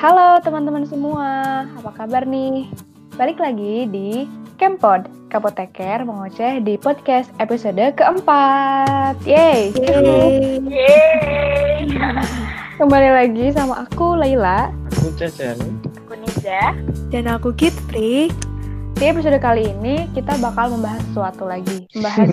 Halo teman-teman semua, apa kabar nih? Balik lagi di Kempod, Kapoteker mengoceh di podcast episode keempat. Yeay! Kembali lagi sama aku, Laila. Aku Cecen. Aku Niza. Dan aku Gitri. Di episode kali ini kita bakal membahas sesuatu lagi.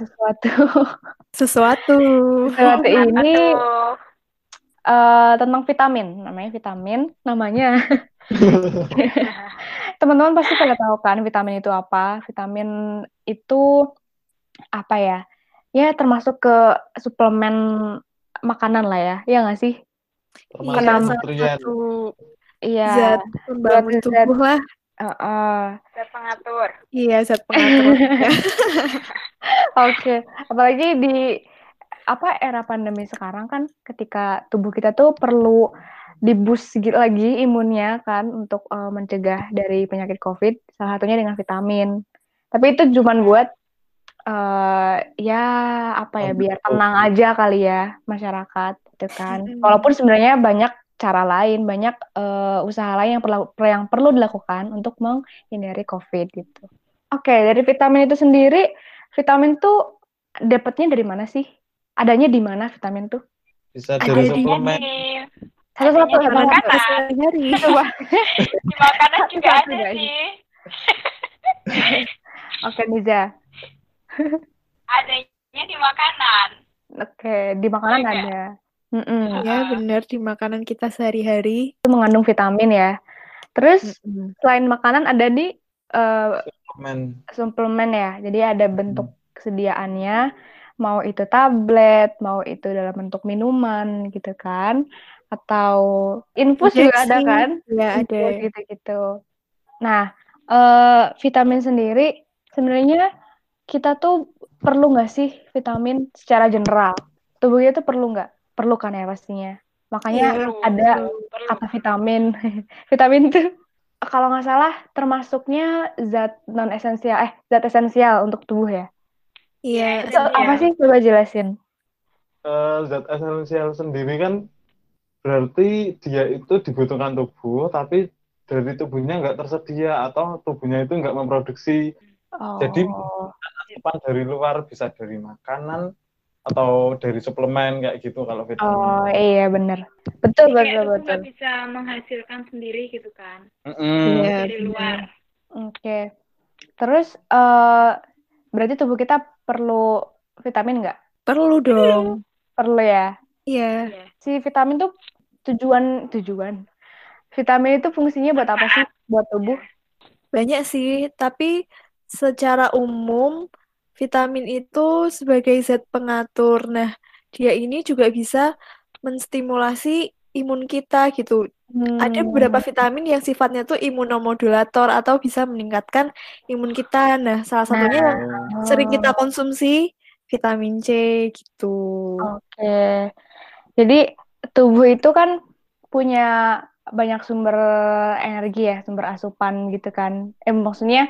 Sesuatu ini tentang vitamin. Namanya. Teman-teman pasti pada tahu kan vitamin itu apa. Vitamin itu apa ya? Ya termasuk ke suplemen makanan lah ya. Iya nggak sih? Salah satu zat pembangun tubuh lah. Zat pengatur. Iya, zat pengatur. Oke. Apalagi di era pandemi sekarang kan, ketika tubuh kita tuh perlu di-boost lagi imunnya kan untuk mencegah dari penyakit COVID, salah satunya dengan vitamin. Tapi itu cuman buat biar tenang aja kali ya masyarakat gitu kan. Walaupun sebenarnya banyak cara lain, banyak usaha lain yang perlu dilakukan untuk menghindari COVID gitu. Oke, dari vitamin itu sendiri, vitamin tuh dapatnya dari mana sih? Adanya di mana vitamin tuh? Bisa dari suplemen. Satu-satu di makanan. Di makanan juga ada sih. Oke, Niza. Adanya di makanan. Oke, di makanan ada. Ya benar, di makanan kita sehari-hari. Itu mengandung vitamin ya. Terus selain makanan ada di suplemen ya. Jadi ada bentuk kesediaannya, mau itu tablet, mau itu dalam bentuk minuman gitu kan, atau infus juga ada kan? Ya ada. Gitu-gitu. Nah, vitamin sendiri sebenarnya kita tuh perlu nggak sih vitamin secara general? Tubuh kita tuh perlu nggak? Perlu kan ya pastinya. Makanya ada kata vitamin. Vitamin tuh kalau nggak salah termasuknya zat esensial untuk tubuh ya. Iya. Itu apa sih? Coba jelasin. Zat esensial sendiri kan berarti dia itu dibutuhkan tubuh, tapi dari tubuhnya nggak tersedia atau tubuhnya itu nggak memproduksi. Jadi asupan dari luar, bisa dari makanan atau dari suplemen kayak gitu kalau vitamin. Oh iya benar. Betul. Nggak bisa menghasilkan sendiri gitu kan. Dari luar. Oke. Terus berarti tubuh kita perlu vitamin nggak? Perlu dong. Perlu ya? Iya. Si vitamin tuh tujuan. Vitamin itu fungsinya buat apa sih? Buat tubuh? Banyak sih, tapi secara umum vitamin itu sebagai zat pengatur. Nah, dia ini juga bisa menstimulasi imun kita gitu. Ada beberapa vitamin yang sifatnya tuh imunomodulator atau bisa meningkatkan imun kita. Nah, salah satunya yang sering kita konsumsi vitamin C gitu. Oke. Jadi tubuh itu kan punya banyak sumber energi ya, sumber asupan gitu kan. Maksudnya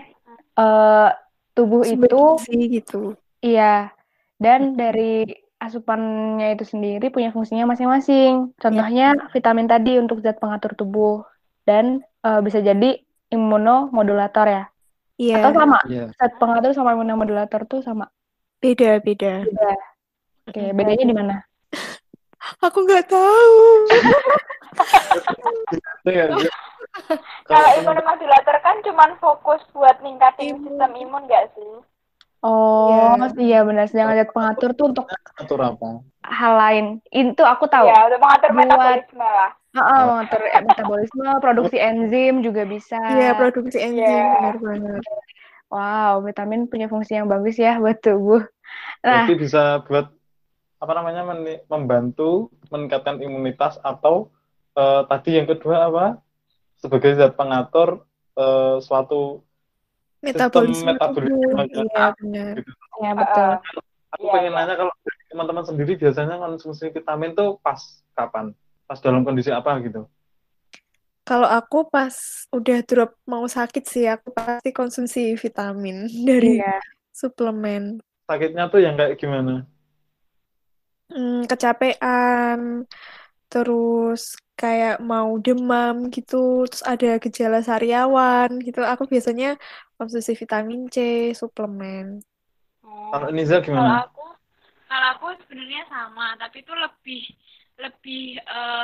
tubuh sumber itu gizi gitu. Iya. Dan dari asupannya itu sendiri punya fungsinya masing-masing. Contohnya vitamin tadi untuk zat pengatur tubuh dan bisa jadi imunomodulator ya. Iya. Atau sama? Zat pengatur sama imunomodulator tuh sama? Beda. Oke, bedanya di mana? Aku nggak tahu. Kalau imunomodulator kan cuma fokus buat ningkatin sistem imun nggak sih? Oh, iya benar. Sedangkan zat pengatur tuh untuk atur apa? hal lain. Itu aku tahu. Iya, untuk mengatur metabolisme lah. Mengatur metabolisme, produksi enzim juga bisa. Iya, produksi enzim, benar banget. Wow, vitamin punya fungsi yang bagus ya buat tubuh. Nah, berarti bisa buat membantu meningkatkan imunitas atau tadi yang kedua apa? Sebagai zat pengatur suatu metabolisme tubuh. Iya, benar. Gitu. Ya, betul. Aku pengen nanya kalau teman-teman sendiri biasanya konsumsi vitamin tuh pas kapan? Pas dalam kondisi apa gitu? Kalau aku pas udah drop mau sakit sih, aku pasti konsumsi vitamin dari suplemen. Sakitnya tuh yang kayak gimana? Kecapean, terus kayak mau demam gitu, terus ada gejala sariawan gitu, aku biasanya konsumsi vitamin C, suplemen. Kalau Oh, Niza kalau gimana? aku sebenarnya sama, tapi itu lebih lebih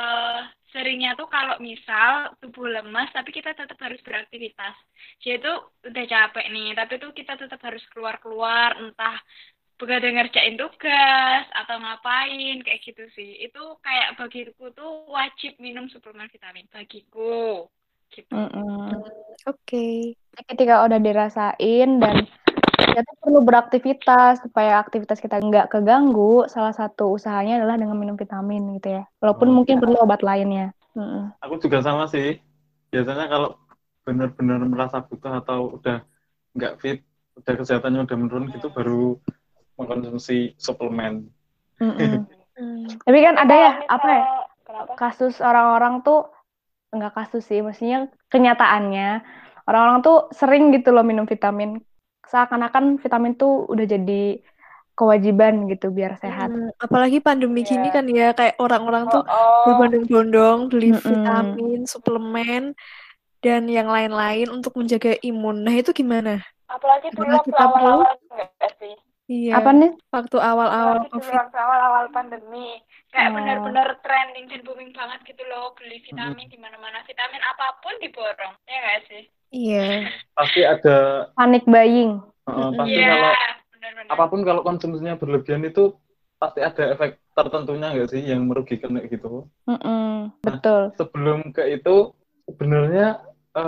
seringnya tuh kalau misal tubuh lemas tapi kita tetap harus beraktivitas. Jadi itu udah capek nih, tapi tuh kita tetap harus keluar-keluar, entah begadang ngerjain tugas atau ngapain kayak gitu sih. Itu kayak bagiku tuh wajib minum suplemen vitamin bagiku gitu. Mm-mm. Oke. Jadi ketika udah dirasain dan kita tuh perlu beraktivitas supaya aktivitas kita nggak keganggu, salah satu usahanya adalah dengan minum vitamin gitu ya. Walaupun Oh, mungkin perlu obat lainnya. Mm-mm. aku juga sama sih. Biasanya kalau benar-benar merasa butuh atau udah nggak fit, udah kesehatannya udah menurun gitu, baru mengkonsumsi suplemen. Mm-mm. Hmm. Tapi kan Tapi ada ya, kalau apa ya, misal kenapa? kasus orang-orang tuh, enggak kasus sih, maksudnya kenyataannya, orang-orang tuh sering gitu loh minum vitamin. Seakan-akan vitamin tuh udah jadi kewajiban gitu biar sehat. Apalagi pandemi gini Iya. kan ya, kayak orang-orang tuh Oh, berbondong-bondong beli Mm-mm. vitamin, suplemen, dan yang lain-lain untuk menjaga imun. Nah, itu gimana? apalagi dulu Apakah waktu kita perlu? awal-awal enggak sih? Iya, Apa nih? waktu awal-awal Apalagi dulu COVID. waktu awal-awal pandemi, kayak Oh, bener-bener trending dan booming banget gitu loh, beli Mm-mm. vitamin di mana-mana, vitamin apapun diborong, ya nggak sih? Iya. Pasti ada, panic buying. pasti Mm-mm. Iya, kalau benar-benar. apapun kalau konsumsinya berlebihan itu pasti ada efek tertentunya nggak sih yang merugikan kayak gitu. Mm-mm. Nah, Betul. sebelum ke itu, sebenarnya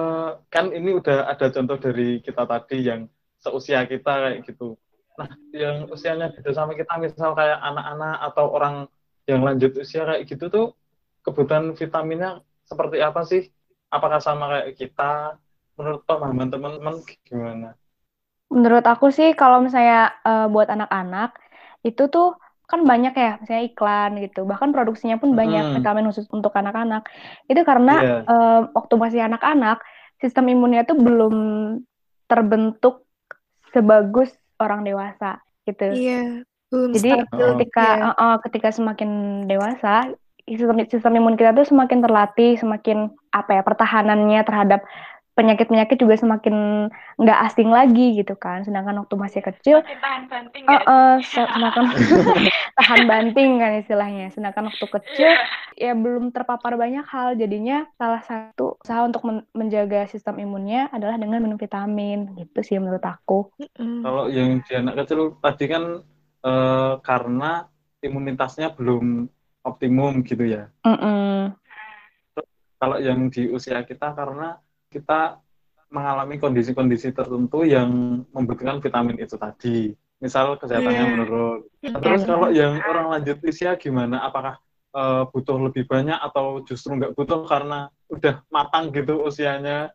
kan ini udah ada contoh dari kita tadi yang seusia kita kayak gitu. Nah, yang usianya beda sama kita, misal kayak anak-anak atau orang yang lanjut usia kayak gitu tuh, kebutuhan vitaminnya seperti apa sih? Apakah sama kayak kita? Menurut pemahaman teman-teman gimana? Menurut aku sih kalau misalnya buat anak-anak itu tuh kan banyak ya, misalnya iklan gitu. Bahkan produksinya pun banyak Mm-mm. vitamin khusus untuk anak-anak. Itu karena Iya. waktu masih anak-anak sistem imunnya tuh belum terbentuk sebagus orang dewasa gitu. Iya, belum Jadi stabil Oh, gitu ketika ya. ketika semakin dewasa, sistem imun kita tuh semakin terlatih, semakin apa ya, pertahanannya terhadap penyakit-penyakit juga semakin nggak asing lagi gitu kan. Sedangkan waktu masih kecil, Makin tahan banting nggak sih? semakin tahan banting kan istilahnya. Sedangkan waktu kecil Iya. ya belum terpapar banyak hal. Jadinya salah satu usaha untuk menjaga sistem imunnya adalah dengan minum vitamin gitu sih menurut aku. Mm-mm. kalau yang di anak kecil tadi kan karena imunitasnya belum optimum gitu ya. Mm-mm. Kalau yang di usia kita karena kita mengalami kondisi-kondisi tertentu yang membutuhkan vitamin itu tadi. Misal kesehatannya Iya. menurun. Nah, Ya, terus kalau Mm-mm. yang orang lanjut usia gimana? Apakah butuh lebih banyak atau justru nggak butuh karena udah matang gitu usianya?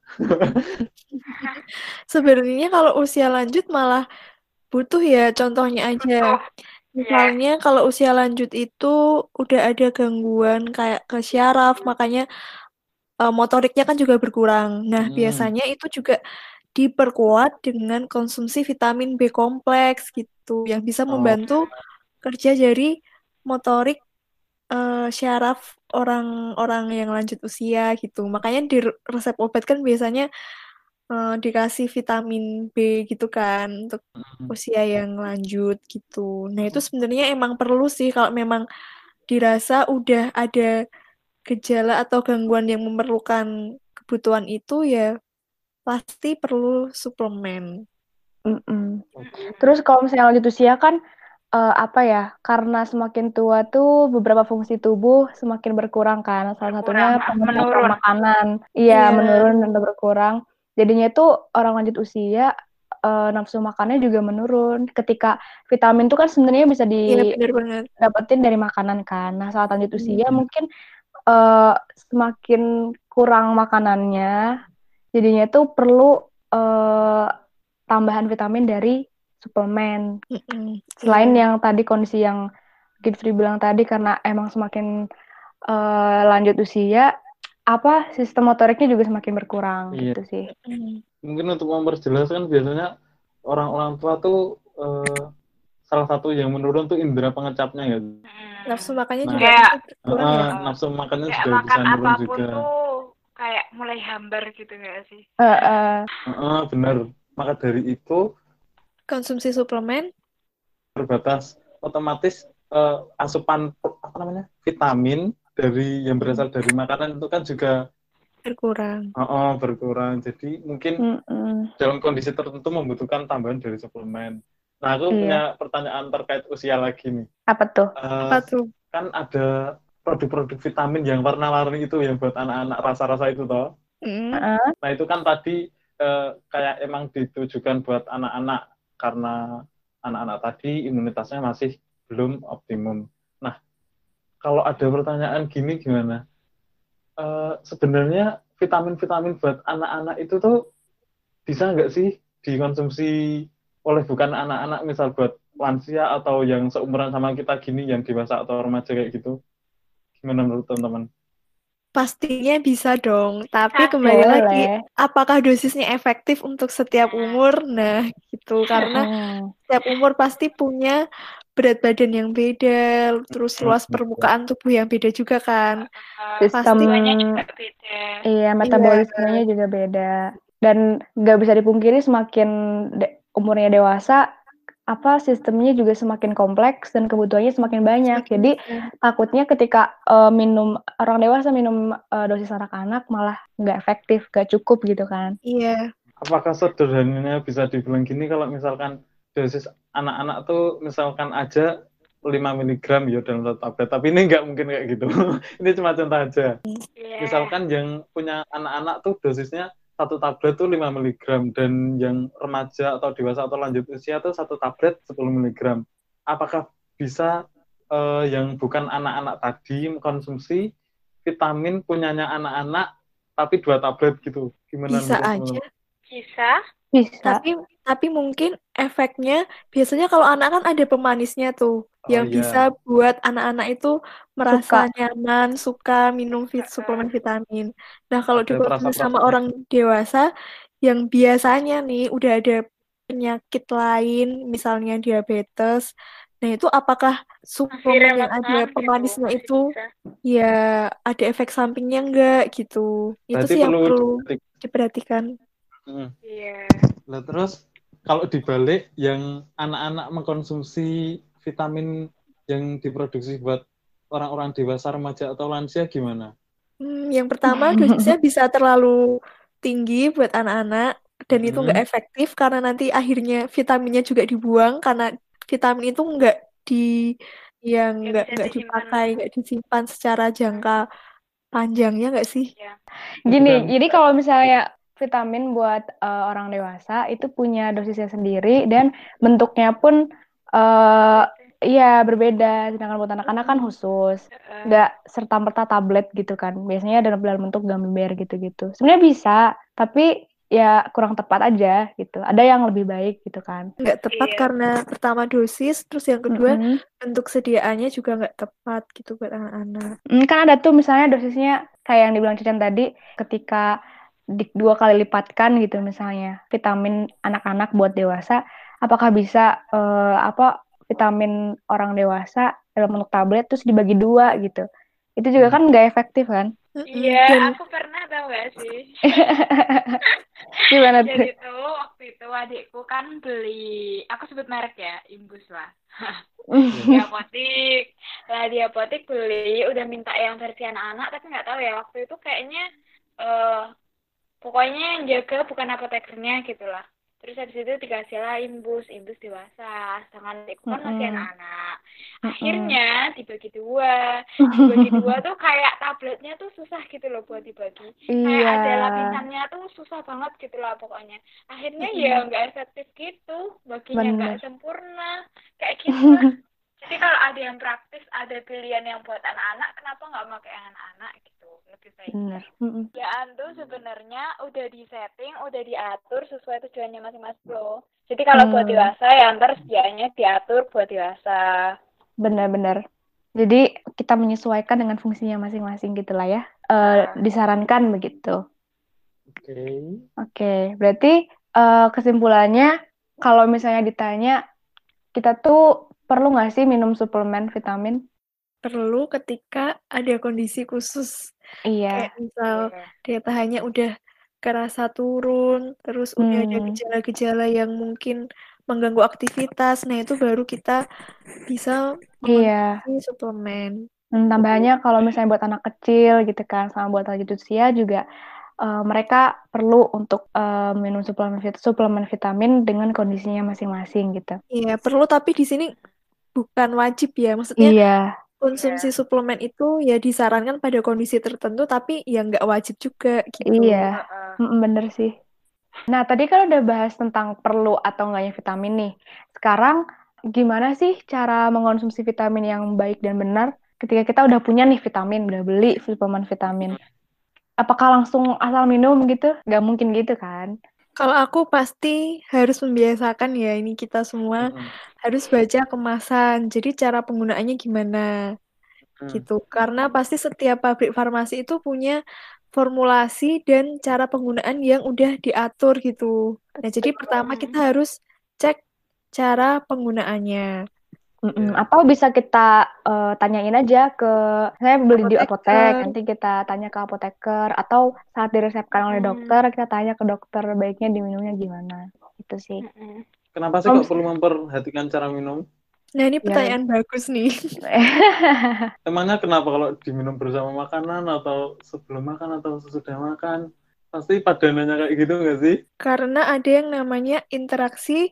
Sebenarnya kalau usia lanjut malah butuh ya, contohnya aja. Butuh. Iya. Misalnya kalau usia lanjut itu udah ada gangguan kayak ke syaraf, makanya motoriknya kan juga berkurang. Nah, Hmm. biasanya itu juga diperkuat dengan konsumsi vitamin B kompleks gitu, yang bisa Oh, membantu kerja dari motorik syaraf orang-orang yang lanjut usia gitu. Makanya di resep obat kan biasanya dikasih vitamin B gitu kan untuk usia yang lanjut gitu. Nah, itu sebenarnya emang perlu sih kalau memang dirasa udah ada gejala atau gangguan yang memerlukan kebutuhan itu ya pasti perlu suplemen. mm-mm. Mm-mm. Terus kalau misalnya lanjut usia kan apa ya? Karena semakin tua tuh beberapa fungsi tubuh semakin berkurang kan. Salah satunya Berkurang, penyerapan menurun. makanan, iya Iya, menurun dan berkurang. Jadinya tuh orang lanjut usia nafsu makannya juga menurun. Ketika vitamin tuh kan sebenarnya bisa iya benar banget. didapetin dari makanan kan. Nah saat lanjut Hmm. usia mungkin eh, semakin kurang makanannya, jadinya tuh perlu eh, tambahan vitamin dari suplemen. Mm-mm. Selain Iya. yang tadi kondisi yang Gifri bilang tadi karena emang semakin lanjut usia, apa sistem motoriknya juga semakin berkurang iya. gitu sih. Mm. Mungkin untuk memperjelas kan biasanya orang-orang tua tuh salah satu yang menurun tuh indera pengecapnya ya. Nafsu makannya Nah, juga Kayak pasti berkurang ya. nafsu makannya kayak juga bisa makan nurun apapun juga. tuh kayak mulai hambar gitu nggak sih? Bener. Maka dari itu Konsumsi suplemen terbatas, otomatis asupan apa namanya vitamin dari yang berasal dari makanan itu kan juga berkurang. berkurang. Jadi mungkin dalam kondisi tertentu membutuhkan tambahan dari suplemen. Nah, aku Iya. punya pertanyaan terkait usia lagi nih. Apa tuh? Apa tuh? Kan ada produk-produk vitamin yang warna-warni itu yang buat anak-anak rasa-rasa itu toh. Nah, itu kan tadi kayak emang ditujukan buat anak-anak karena anak-anak tadi imunitasnya masih belum optimum. Nah, kalau ada pertanyaan gini gimana? Sebenarnya vitamin-vitamin buat anak-anak itu tuh bisa nggak sih dikonsumsi oleh bukan anak-anak, misal buat lansia atau yang seumuran sama kita gini, yang dewasa atau remaja kayak gitu? Gimana menurut teman-teman? Pastinya bisa dong, tapi Bisa. kembali Boleh. lagi, apakah dosisnya efektif untuk setiap umur? Nah, gitu. Karena setiap umur pasti punya berat badan yang beda, terus luas permukaan tubuh yang beda juga kan. Sistem Semuanya juga beda. iya, metabolismenya juga beda. Dan nggak bisa dipungkiri semakin umurnya dewasa, sistemnya juga semakin kompleks dan kebutuhannya semakin banyak. Jadi takutnya ketika orang dewasa minum dosis anak-anak malah nggak efektif, nggak cukup gitu kan. Iya. Apakah sederhananya bisa dibilang gini, kalau misalkan dosis anak-anak tuh misalkan aja 5 mg ya dalam satu tablet, tapi ini nggak mungkin kayak gitu. Ini cuma contoh aja. Misalkan yang punya anak-anak tuh dosisnya satu tablet tuh 5 mg, dan yang remaja atau dewasa atau lanjut usia tuh satu tablet 10 mg. Apakah bisa yang bukan anak-anak tadi mengkonsumsi vitamin punyanya anak-anak tapi 2 tablet gitu? Gimana Bisa menurut aja. teman-teman? Bisa. Tapi mungkin efeknya biasanya kalau anak kan ada pemanisnya tuh yang bisa buat anak-anak itu merasa nyaman, suka minum suplemen vitamin. Nah, kalau dikonsumsi sama orang dewasa yang biasanya nih udah ada penyakit lain, misalnya diabetes. Nah, itu apakah suplemen yang ada pemanisnya itu ya ada efek sampingnya enggak gitu. Itu Berarti sih yang perlu diperhatikan. diperhatikan. Iya. Nah, terus kalau dibalik yang anak-anak mengkonsumsi vitamin yang diproduksi buat orang-orang dewasa, remaja atau lansia gimana? Yang pertama dosisnya bisa terlalu tinggi buat anak-anak dan itu nggak efektif karena nanti akhirnya vitaminnya juga dibuang karena vitamin itu nggak dipakai, nggak disimpan secara jangka panjangnya nggak sih? Gini, jadi kalau misalnya vitamin buat orang dewasa itu punya dosisnya sendiri dan bentuknya pun iya berbeda. Sedangkan buat anak-anak kan khusus, nggak serta-merta tablet gitu kan. Biasanya dalam bentuk gummy gitu-gitu. Sebenarnya bisa, tapi ya kurang tepat aja gitu. Ada yang lebih baik gitu kan. Nggak tepat karena pertama dosis, terus yang kedua bentuk sediaannya juga nggak tepat gitu buat anak-anak. Kan ada tuh misalnya dosisnya kayak yang dibilang Cican tadi, ketika 2 kali lipatkan gitu misalnya vitamin anak-anak buat dewasa, apakah bisa vitamin orang dewasa dalam bentuk tablet terus dibagi 2 gitu? Itu juga kan nggak efektif kan? Iya, aku pernah tahu gak sih? Gimana tuh? Jadi tuh waktu itu adikku kan beli, aku sebut merek ya, Imbus lah. Di apotik. Nah, di apotik beli, udah minta yang versi anak-anak, tapi nggak tahu ya waktu itu kayaknya pokoknya yang jaga bukan apotekernya gitu lah. Terus habis itu dikasih lah imbus dewasa, sedangkan aku kan masih anak-anak. Akhirnya dibagi 2 tuh kayak tabletnya tuh susah gitu loh buat dibagi. Kayak ada lapisannya tuh susah banget gitu lah pokoknya. Akhirnya ya nggak efektif gitu, baginya nggak sempurna, kayak gitu lah. Jadi kalau ada yang praktis, ada pilihan yang buat anak-anak, kenapa nggak pakai yang anak-anak gitu, lebih baik. Bener. Ya tuh sebenarnya udah disetting, udah diatur sesuai tujuannya masing-masing loh. Jadi kalau buat dewasa ya ntar sediaannya diatur buat dewasa. Benar-benar. Jadi kita menyesuaikan dengan fungsinya masing-masing gitulah ya. Disarankan begitu. Oke. Berarti kesimpulannya kalau misalnya ditanya kita tuh perlu nggak sih minum suplemen vitamin? Perlu ketika ada kondisi khusus. Iya. Kayak misal daya tahannya udah kerasa turun, terus udah ada gejala-gejala yang mungkin mengganggu aktivitas. Nah, itu baru kita bisa Iya. mengonsumsi suplemen. Tambahannya kalau misalnya buat anak kecil gitu kan, sama buat lanjut usia juga mereka perlu untuk minum suplemen vitamin dengan kondisinya masing-masing gitu. Iya, perlu, tapi di sini bukan wajib ya. Maksudnya Iya, konsumsi suplemen itu ya disarankan pada kondisi tertentu, tapi ya nggak wajib juga gitu. iya, bener sih. Nah, tadi kan udah bahas tentang perlu atau enggaknya vitamin nih. Sekarang gimana sih cara mengonsumsi vitamin yang baik dan benar ketika kita udah punya nih vitamin, udah beli suplemen vitamin? Apakah langsung asal minum gitu? Gak mungkin gitu kan? Kalau aku pasti harus membiasakan ya, ini kita semua harus baca kemasan. Jadi cara penggunaannya gimana gitu. Karena pasti setiap pabrik farmasi itu punya formulasi dan cara penggunaan yang udah diatur gitu. Nah, jadi pertama kita harus cek cara penggunaannya. Atau bisa kita tanyain aja ke, saya beli di apotek, Apoteker. nanti kita tanya ke apoteker, atau saat diresepkan oleh dokter, kita tanya ke dokter baiknya diminumnya gimana. Itu sih. Kenapa sih kok perlu memperhatikan cara minum? Nah, ini pertanyaan bagus nih. Emangnya kenapa kalau diminum bersama makanan atau sebelum makan atau sesudah makan? Pasti padanannya kayak gitu nggak sih? Karena ada yang namanya interaksi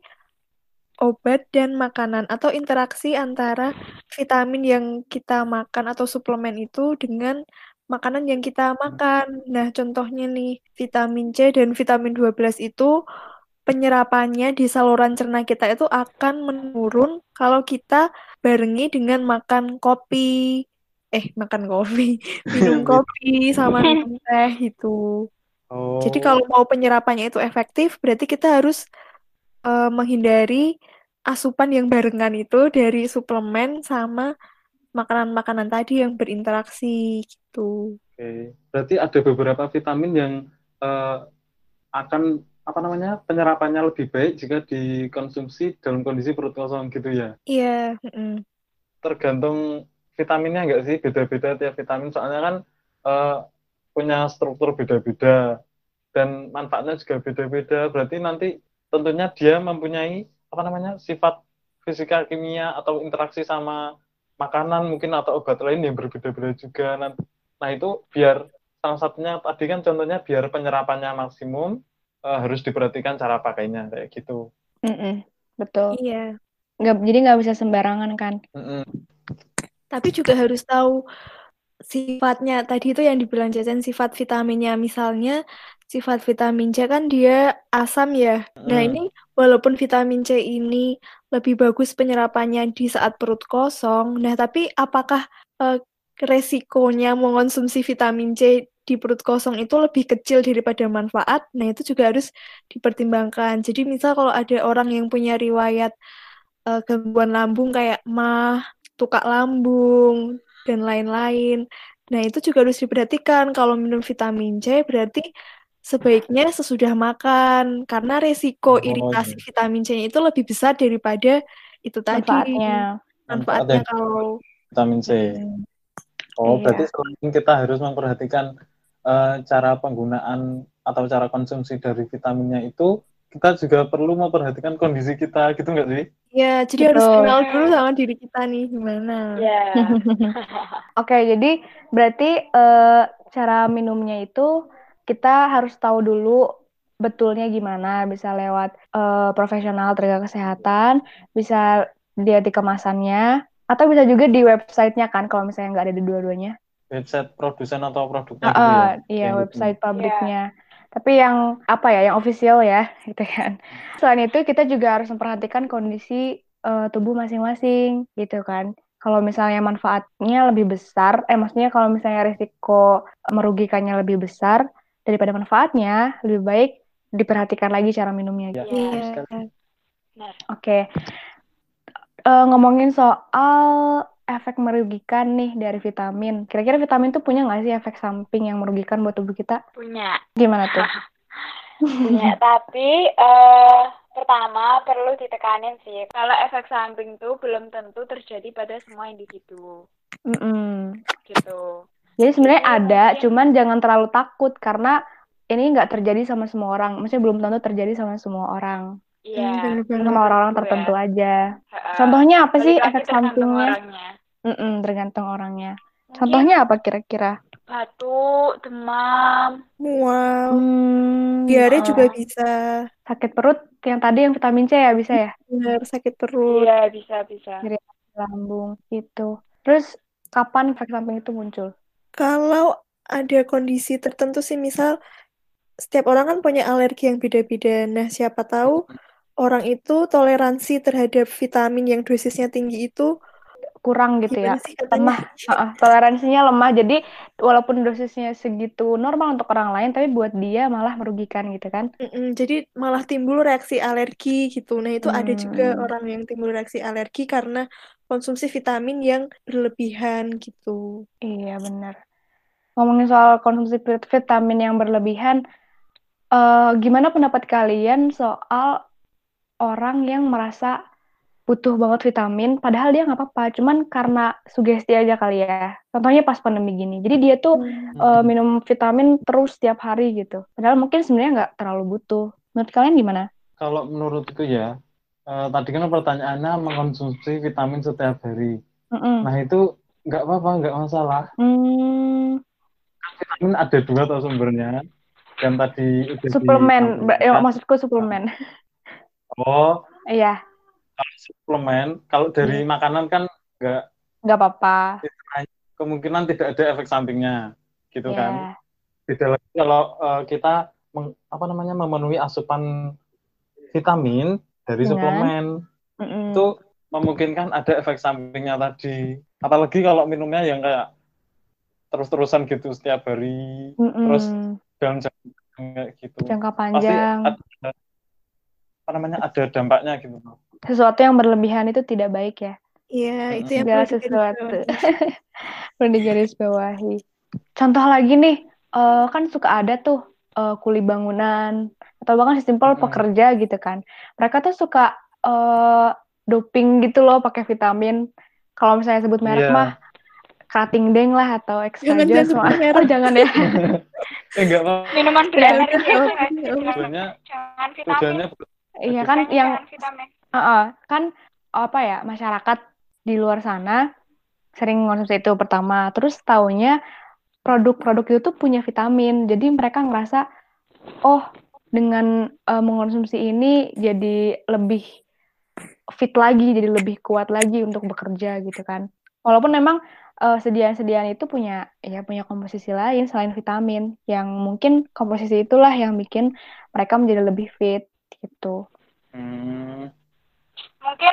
obat dan makanan atau interaksi antara vitamin yang kita makan atau suplemen itu dengan makanan yang kita makan. Nah, contohnya nih, vitamin C dan vitamin 12 itu penyerapannya di saluran cerna kita itu akan menurun kalau kita barengi dengan makan kopi. Minum kopi sama minum teh itu. Jadi kalau mau penyerapannya itu efektif, berarti kita harus menghindari asupan yang barengan itu dari suplemen sama makanan-makanan tadi yang berinteraksi gitu. Oke. Berarti ada beberapa vitamin yang akan penyerapannya lebih baik jika dikonsumsi dalam kondisi perut kosong gitu ya. Iya. Tergantung vitaminnya nggak sih, beda-beda tiap vitamin soalnya kan punya struktur beda-beda dan manfaatnya juga beda-beda. Berarti nanti tentunya dia mempunyai sifat fisika kimia atau interaksi sama makanan mungkin atau obat lain yang berbeda-beda juga. Nah itu biar salah satunya tadi kan contohnya biar penyerapannya maksimum harus diperhatikan cara pakainya kayak gitu. Betul. Iya. Jadi nggak bisa sembarangan kan. Tapi juga harus tahu sifatnya. Tadi itu yang dibilang Jajan, sifat vitaminnya. Misalnya sifat vitamin C kan dia asam ya. Nah ini walaupun vitamin C ini lebih bagus penyerapannya di saat perut kosong. Nah tapi apakah resikonya mengonsumsi vitamin C di perut kosong itu lebih kecil daripada manfaat? Nah itu juga harus dipertimbangkan. Jadi misal kalau ada orang yang punya riwayat gangguan lambung kayak MAH, tukak lambung, dan lain-lain. Nah, itu juga harus diperhatikan. Kalau minum vitamin C berarti sebaiknya sesudah makan, karena resiko iritasi vitamin C itu lebih besar daripada itu tadi. Manfaatnya kalau vitamin C. Berarti selain kita harus memperhatikan cara penggunaan atau cara konsumsi dari vitaminnya itu, kita juga perlu memperhatikan kondisi kita, gitu nggak sih? Ya, jadi harus kenal dulu sama diri kita nih, gimana. Oke, jadi berarti cara minumnya itu kita harus tahu dulu betulnya gimana, bisa lewat profesional tenaga kesehatan, bisa lihat di kemasannya, atau bisa juga di websitenya kan, kalau misalnya nggak ada di dua-duanya. Website produsen atau produknya gitu ya? Iya, website pabriknya. Tapi yang yang official ya, gitu kan. Selain itu kita juga harus memperhatikan kondisi tubuh masing-masing, gitu kan. Kalau misalnya manfaatnya lebih besar, maksudnya kalau misalnya risiko merugikannya lebih besar daripada manfaatnya, lebih baik diperhatikan lagi cara minumnya. Oke. Ngomongin soal efek merugikan nih dari vitamin. Kira-kira vitamin tuh punya nggak sih efek samping yang merugikan buat tubuh kita? Punya. Gimana tuh? Punya, tapi Pertama, perlu ditekanin sih, kalau efek samping tuh belum tentu terjadi pada semua individu, Mm-mm. gitu. Jadi sebenarnya Jadi ada, mungkin, cuman jangan terlalu takut karena ini nggak terjadi sama semua orang. Maksudnya belum tentu terjadi sama semua orang. iya, Benar-benar. Sama orang-orang gitu tertentu ya. aja. Ha-ha. Contohnya apa sih Balik lagi efek tergantung sampingnya? orangnya. Tergantung orangnya. Mungkin Contohnya apa kira-kira? batuk, demam, Mual, diare Bisa. juga bisa. Sakit perut yang tadi yang vitamin C ya bisa ya? Benar, sakit perut. iya bisa. Nyeri lambung gitu. Terus kapan efek samping itu muncul? Kalau ada kondisi tertentu sih, misal setiap orang kan punya alergi yang beda-beda. Nah, siapa tahu orang itu toleransi terhadap vitamin yang dosisnya tinggi itu Kurang gitu ya, gimana sih katanya? lemah. Toleransinya lemah, jadi walaupun dosisnya segitu normal untuk orang lain tapi buat dia malah merugikan gitu kan. Jadi malah timbul reaksi alergi gitu. Nah, itu ada juga Hmm, orang yang timbul reaksi alergi karena konsumsi vitamin yang berlebihan gitu. iya benar. Ngomongin soal konsumsi vitamin yang berlebihan, gimana pendapat kalian soal orang yang merasa butuh banget vitamin padahal dia nggak apa-apa, cuman karena sugesti aja kali ya. Contohnya pas pandemi gini, jadi dia tuh minum vitamin terus setiap hari gitu, padahal mungkin sebenarnya nggak terlalu butuh. Menurut kalian gimana? Kalau menurutku ya, tadi kan pertanyaannya mengkonsumsi vitamin setiap hari. Mm-mm. Nah itu nggak apa-apa, nggak masalah. Hmm, Vitamin ada dua atau sumbernya, dan tadi udah suplemen, disampaikan. maksudku suplemen. Oh, Iya, suplemen, kalau dari iya, makanan kan nggak, nggak apa-apa. kemungkinan tidak ada efek sampingnya, gitu kan. Ya, Beda lagi kalau kita apa namanya memenuhi asupan vitamin dari dengan, suplemen, itu mm-mm. memungkinkan ada efek sampingnya tadi. Apalagi kalau minumnya yang kayak terus-terusan gitu setiap hari, terus Mm-mm. dalam jangka kayak gitu, Jangka pasti panjang. ada apa namanya ada dampaknya gitu. Sesuatu yang berlebihan itu tidak baik ya. Iya, itu yang Segala perlu sesuatu digarisbawahi. perlu digarisbawahi. Contoh lagi nih, kan suka ada tuh kuli bangunan atau bahkan sesimpel Mm-mm. pekerja gitu kan. Mereka tuh suka doping gitu loh pakai vitamin. Kalau misalnya sebut merek mah Iya. Cutting Deng lah atau Extra Jangan Joss sebut mah. Oh merek. jangan ya. Enggak apa Minuman Ya beracun udah, gitu oke, nggak sih? oke. tujuannya Jangan vitamin. tujuannya Iya kan Bukannya yang jangan vitamin. kan apa ya, masyarakat di luar sana sering konsumsi itu pertama. Terus taunya produk-produk itu tuh punya vitamin. Jadi mereka ngerasa, oh dengan mengonsumsi ini jadi lebih fit lagi, jadi lebih kuat lagi untuk bekerja gitu kan. Walaupun memang sediaan-sediaan itu punya komposisi lain selain vitamin, yang mungkin komposisi itulah yang bikin mereka menjadi lebih fit gitu. hmm, Mungkin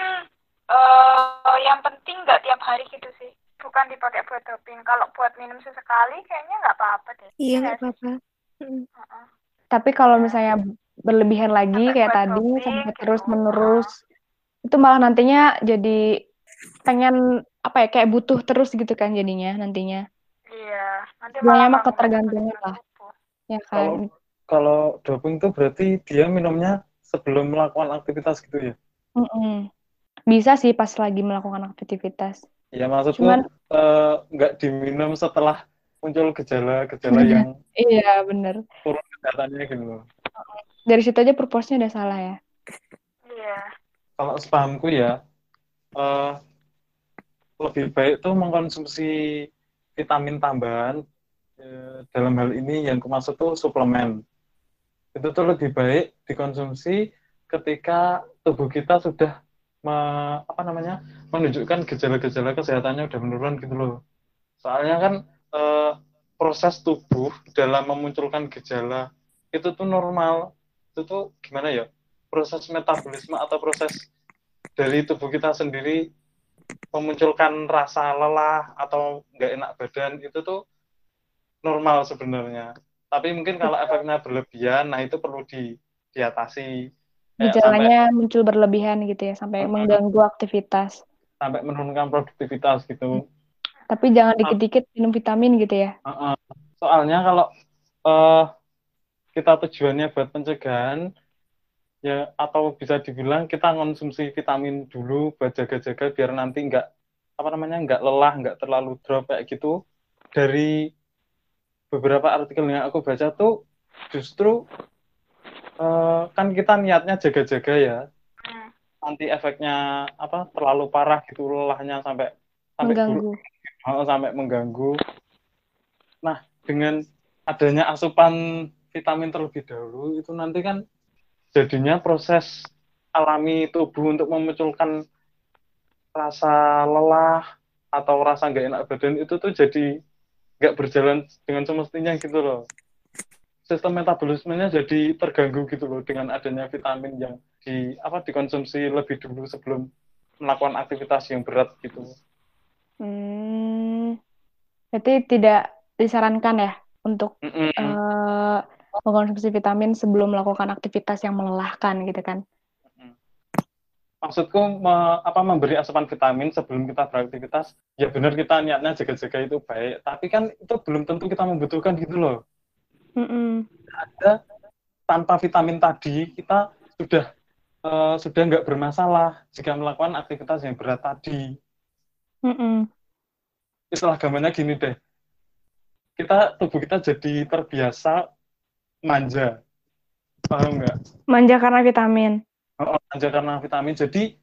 yang penting nggak tiap hari gitu sih. Bukan dipakai buat doping. Kalau buat minum sesekali kayaknya nggak apa-apa deh. Iya, Iya nggak nggak sih? apa-apa. Mm. Heeh. Tapi kalau Ya. misalnya berlebihan lagi Sampai kayak buat tadi doping sampai gitu. terus-menerus, Heeh. itu malah nantinya jadi pengen apa ya, kayak butuh terus gitu kan jadinya nantinya. Iya. Nanti malah Sebenarnya mah ganggu ketergantungan metabolisme lah, tubuh. ya kan. kalau kalau doping itu berarti dia minumnya sebelum melakukan aktivitas gitu ya. Mm-mm. Bisa sih pas lagi melakukan aktivitas. Ya maksudku Cuman nggak diminum setelah muncul gejala-gejala yang iya bener. turun kesehatannya gitu loh. Dari situ aja purpose-nya udah salah ya. Iya. Kalau sepahamku ya eh, lebih baik tuh mengkonsumsi vitamin tambahan, dalam hal ini yang kumaksud tuh suplemen. Itu tuh lebih baik dikonsumsi ketika tubuh kita sudah apa namanya menunjukkan gejala-gejala kesehatannya udah menurun gitu loh. Soalnya kan eh, proses tubuh dalam memunculkan gejala itu tuh normal. Itu tuh gimana ya? Proses metabolisme atau proses dari tubuh kita sendiri memunculkan rasa lelah atau nggak enak badan itu tuh normal sebenarnya. Tapi mungkin kalau efeknya berlebihan, nah itu perlu diatasi. Kayak Gejalanya muncul berlebihan gitu ya, sampai mengganggu aktivitas. sampai menurunkan produktivitas gitu. Tapi jangan dikit-dikit minum vitamin gitu ya. Soalnya kalau eh, kita tujuannya buat pencegahan, ya atau bisa dibilang kita konsumsi vitamin dulu buat jaga-jaga biar nanti nggak lelah, nggak terlalu drop kayak gitu. Dari beberapa artikel yang aku baca tuh justru kan kita niatnya jaga-jaga ya, nanti efeknya terlalu parah gitu, lelahnya sampai Mengganggu. sampai mengganggu. Nah, dengan adanya asupan vitamin terlebih dahulu itu nanti kan jadinya proses alami tubuh untuk memunculkan rasa lelah atau rasa nggak enak badan itu tuh jadi nggak berjalan dengan semestinya gitu loh. Sistem metabolismenya jadi terganggu gitu loh dengan adanya vitamin yang dikonsumsi lebih dulu sebelum melakukan aktivitas yang berat gitu. Berarti tidak disarankan ya untuk mengkonsumsi vitamin sebelum melakukan aktivitas yang melelahkan gitu kan? Maksudku memberi asupan vitamin sebelum kita beraktivitas, ya benar kita niatnya jaga-jaga itu baik, tapi kan itu belum tentu kita membutuhkan gitu loh. Ada tanpa vitamin tadi kita sudah nggak bermasalah jika melakukan aktivitas yang berat tadi. Istilah gampangnya gini deh, tubuh kita jadi terbiasa manja, paham nggak? Manja karena vitamin. Manja karena vitamin, jadi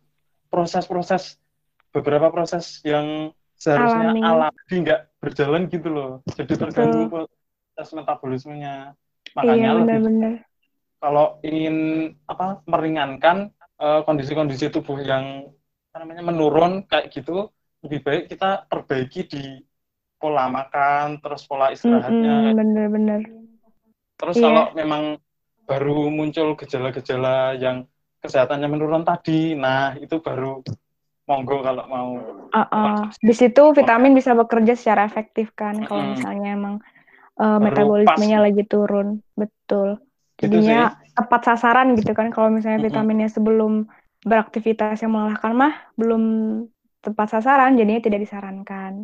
beberapa proses yang seharusnya alami nggak berjalan gitu loh, jadi terganggu proses metabolismenya. Makanya benar-benar. Kalau ingin meringankan kondisi-kondisi tubuh yang menurun kayak gitu, lebih baik kita perbaiki di pola makan, terus pola istirahatnya. Benar-benar. Terus kalau memang baru muncul gejala-gejala yang kesehatannya menurun tadi, nah itu baru monggo kalau mau. Di situ vitamin bisa bekerja secara efektif kan, kalau misalnya emang metabolismenya lagi turun, betul. Jadinya tepat sasaran gitu kan, kalau misalnya vitaminnya sebelum beraktivitas yang melelahkan mah belum tepat sasaran, jadinya tidak disarankan.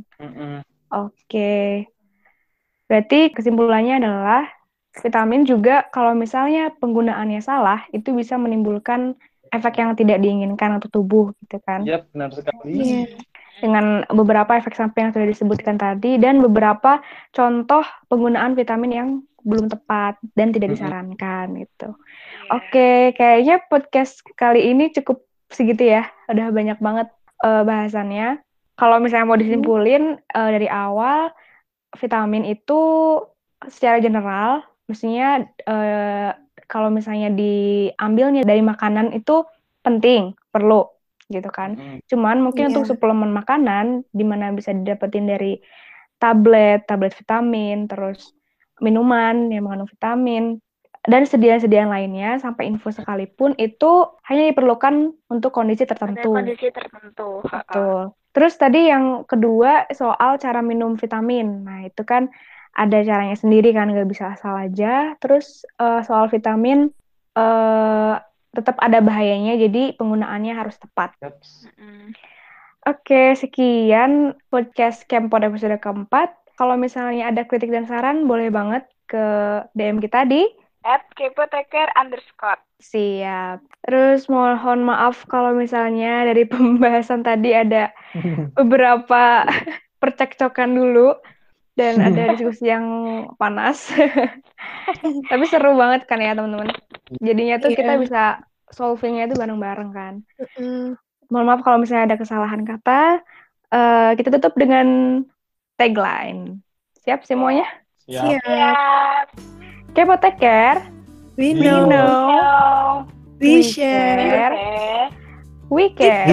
Oke. Berarti kesimpulannya adalah vitamin juga kalau misalnya penggunaannya salah, itu bisa menimbulkan efek yang tidak diinginkan untuk tubuh gitu kan. Iya, benar sekali. Dengan beberapa efek samping yang sudah disebutkan tadi dan beberapa contoh penggunaan vitamin yang belum tepat dan tidak disarankan gitu. Oke, kayaknya podcast kali ini cukup segitu ya. Udah banyak banget bahasannya. Kalau misalnya mau disimpulin dari awal, vitamin itu secara general, mestinya kalau misalnya diambilnya dari makanan itu penting, perlu gitu kan. Cuman mungkin untuk suplemen makanan, di mana bisa didapetin dari tablet vitamin, terus minuman yang mengandung vitamin, dan sediaan-sediaan lainnya, sampai infus sekalipun, itu hanya diperlukan untuk kondisi tertentu. Betul. Terus tadi yang kedua, soal cara minum vitamin. Nah, itu kan ada caranya sendiri kan, nggak bisa asal aja. Terus soal vitamin, tetap ada bahayanya, jadi penggunaannya harus tepat. Oke, sekian podcast Kempod episode keempat. Kalau misalnya ada kritik dan saran, boleh banget ke DM kita di @kepoteker_. Siap. Terus mohon maaf kalau misalnya dari pembahasan tadi ada beberapa percekcokan dulu dan ada diskusi yang panas. Tapi seru banget kan ya teman-teman. Jadinya tuh kita bisa solvingnya itu bareng-bareng kan. Mohon maaf kalau misalnya ada kesalahan kata. Kita tutup dengan tagline. Siap semuanya? Siap. Kepoteker. We know. We share. We care.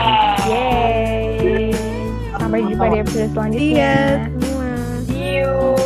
Yeay. Sampai jumpa di episode selanjutnya. Semua. See you.